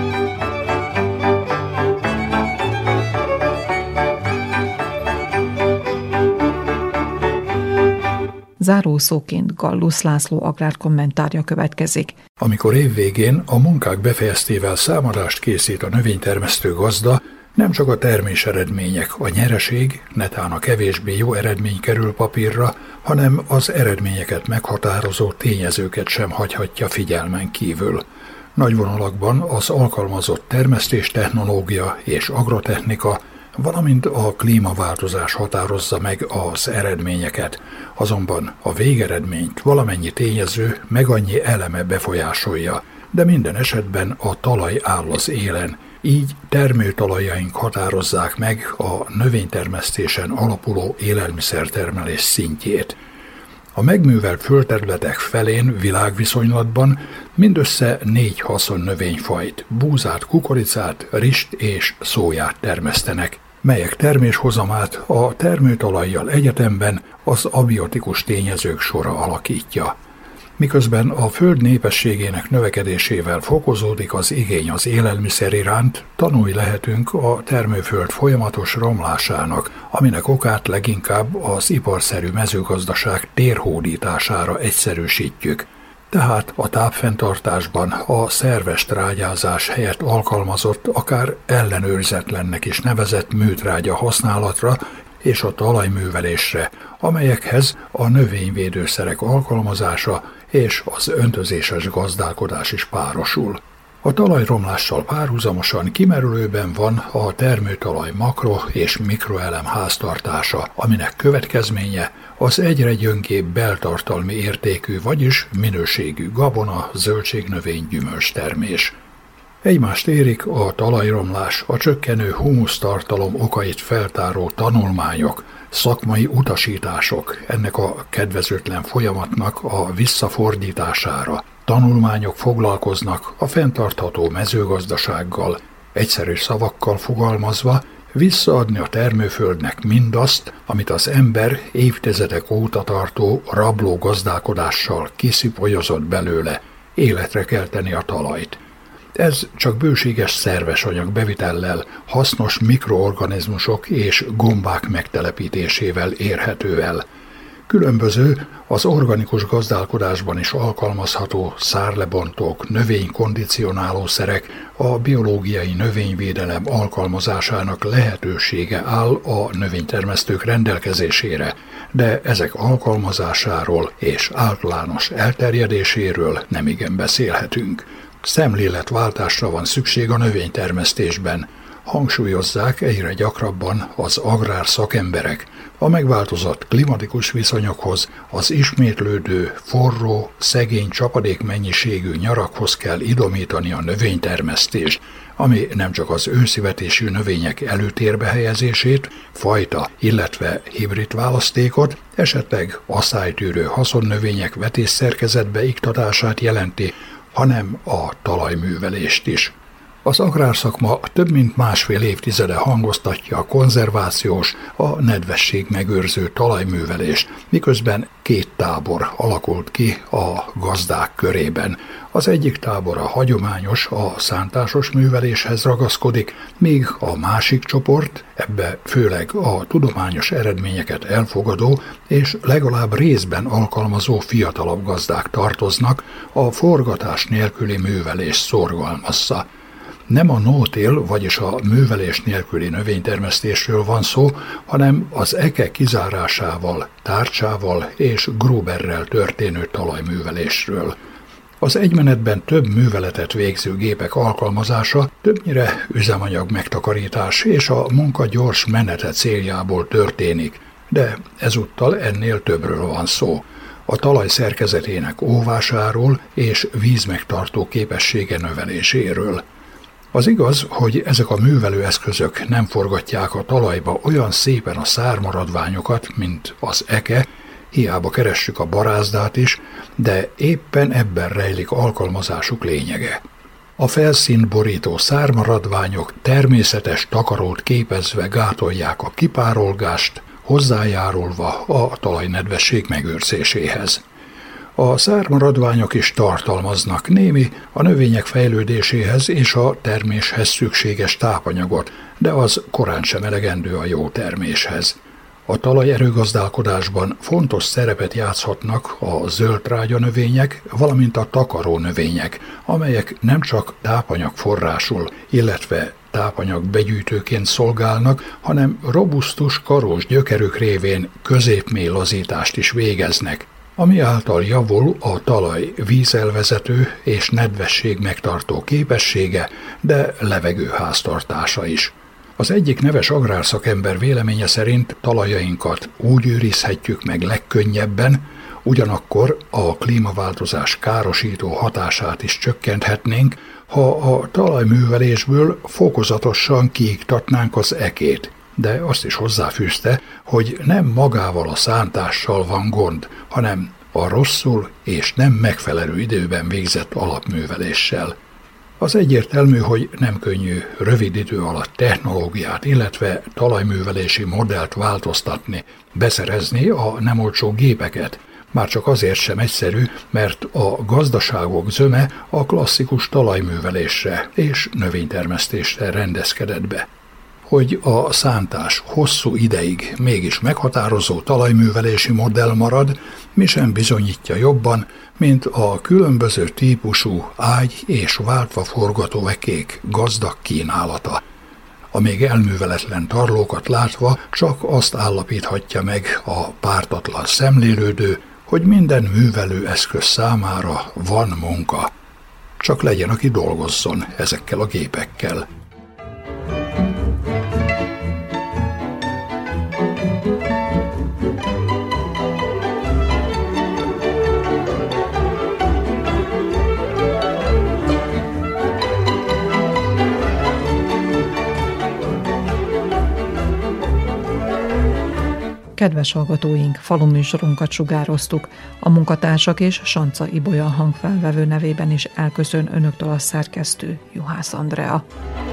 Zárószóként Gallus László agrárkommentárja következik. Amikor évvégén a munkák befejeztével számadást készít a növénytermesztő gazda, nem csak a termés eredmények, a nyereség, netán a kevésbé jó eredmény kerül papírra, hanem az eredményeket meghatározó tényezőket sem hagyhatja figyelmen kívül. Nagy vonalakban az alkalmazott termesztéstechnológia és agrotechnika, valamint a klímaváltozás határozza meg az eredményeket, azonban a végeredményt valamennyi tényező meg annyi eleme befolyásolja, de minden esetben a talaj áll az élen, így termőtalajaink határozzák meg a növénytermesztésen alapuló élelmiszertermelés szintjét. A megművelt földterületek felén világviszonylatban mindössze 4 haszonnövényfajt, búzát, kukoricát, rist és szóját termesztenek, melyek terméshozamát a termőtalajjal egyetemben az abiotikus tényezők sora alakítja. Miközben a föld népességének növekedésével fokozódik az igény az élelmiszer iránt, tanúi lehetünk a termőföld folyamatos romlásának, aminek okát leginkább az iparszerű mezőgazdaság térhódítására egyszerűsítjük. Tehát a tápfenntartásban a szerves trágyázás helyett alkalmazott, akár ellenőrizetlennek is nevezett műtrágya használatra és a talajművelésre, amelyekhez a növényvédőszerek alkalmazása és az öntözéses gazdálkodás is párosul. A talajromlással párhuzamosan kimerülőben van a termőtalaj makro- és mikroelem háztartása, aminek következménye az egyre gyöngébb beltartalmi értékű, vagyis minőségű gabona, zöldségnövény, gyümölcstermés. Egymást érik a talajromlás, a csökkenő humusztartalom okait feltáró tanulmányok, szakmai utasítások ennek a kedvezőtlen folyamatnak a visszafordítására. Tanulmányok foglalkoznak a fenntartható mezőgazdasággal, egyszerű szavakkal fogalmazva, visszaadni a termőföldnek mindazt, amit az ember évtizedek óta tartó rabló gazdálkodással kiszipolyozott belőle, életre kelteni a talajt. Ez csak bőséges szerves anyag bevitellel, hasznos mikroorganizmusok és gombák megtelepítésével érhető el. Különböző, az organikus gazdálkodásban is alkalmazható szárlebontók, növénykondicionálószerek, a biológiai növényvédelem alkalmazásának lehetősége áll a növénytermesztők rendelkezésére, de ezek alkalmazásáról és általános elterjedéséről nemigen beszélhetünk. Szemléletváltásra van szükség a növénytermesztésben, hangsúlyozzák egyre gyakrabban az agrárszakemberek. A megváltozott klimatikus viszonyokhoz, az ismétlődő, forró, szegény csapadékmennyiségű nyarakhoz kell idomítani a növénytermesztést, ami nem csak az őszivetésű növények előtérbe helyezését, fajta, illetve hibrid választékot, esetleg asszálytűrő haszonnövények vetésszerkezetbe iktatását jelenti, hanem a talajművelést is. Az agrárszakma több mint másfél évtizede hangoztatja a konzervációs, a nedvesség megőrző talajművelést, miközben két tábor alakult ki a gazdák körében. Az egyik tábor a hagyományos, a szántásos műveléshez ragaszkodik, míg a másik csoport, ebbe főleg a tudományos eredményeket elfogadó és legalább részben alkalmazó fiatalabb gazdák tartoznak, a forgatás nélküli művelés szorgalmazza. Nem a no-till, vagyis a művelés nélküli növénytermesztésről van szó, hanem az eke kizárásával, tárcsával és gróberrel történő talajművelésről. Az egymenetben több műveletet végző gépek alkalmazása többnyire üzemanyag megtakarítás és a munka gyors menete céljából történik, de ezúttal ennél többről van szó. A talaj szerkezetének óvásáról és vízmegtartó képessége növeléséről. Az igaz, hogy ezek a művelőeszközök nem forgatják a talajba olyan szépen a szármaradványokat, mint az eke, hiába keressük a barázdát is, de éppen ebben rejlik alkalmazásuk lényege. A felszínt borító szármaradványok természetes takarót képezve gátolják a kipárolgást, hozzájárulva a talajnedvesség megőrzéséhez. A szármaradványok is tartalmaznak némi a növények fejlődéséhez és a terméshez szükséges tápanyagot, de az korán sem elegendő a jó terméshez. A talajerőgazdálkodásban fontos szerepet játszhatnak a zöldtrágya növények, valamint a takaró növények, amelyek nem csak tápanyagforrásul, illetve tápanyagbegyűjtőként szolgálnak, hanem robusztus karós gyökerük révén középmély lazítást is végeznek, ami által javul a talaj vízelvezető és nedvesség megtartó képessége, de levegőháztartása is. Az egyik neves agrárszakember véleménye szerint talajainkat úgy őrizhetjük meg legkönnyebben, ugyanakkor a klímaváltozás károsító hatását is csökkenthetnénk, ha a talajművelésből fokozatosan kiiktatnánk az ekét. De azt is hozzáfűzte, hogy nem magával a szántással van gond, hanem a rosszul és nem megfelelő időben végzett alapműveléssel. Az egyértelmű, hogy nem könnyű rövid idő alatt technológiát, illetve talajművelési modellt változtatni, beszerezni a nem olcsó gépeket. Már csak azért sem egyszerű, mert a gazdaságok zöme a klasszikus talajművelésre és növénytermesztésre rendezkedett be. Hogy a szántás hosszú ideig mégis meghatározó talajművelési modell marad, mi sem bizonyítja jobban, mint a különböző típusú ágy- és váltva forgató ekék gazdag kínálata. A még elműveletlen tarlókat látva csak azt állapíthatja meg a pártatlan szemlélődő, hogy minden művelőeszköz számára van munka. Csak legyen, aki dolgozzon ezekkel a gépekkel. Kedves hallgatóink, faluműsorunkat sugároztuk. A munkatársak és Sanca Ibolya hangfelvevő nevében is elköszön önöktől a szerkesztő, Juhász Andrea.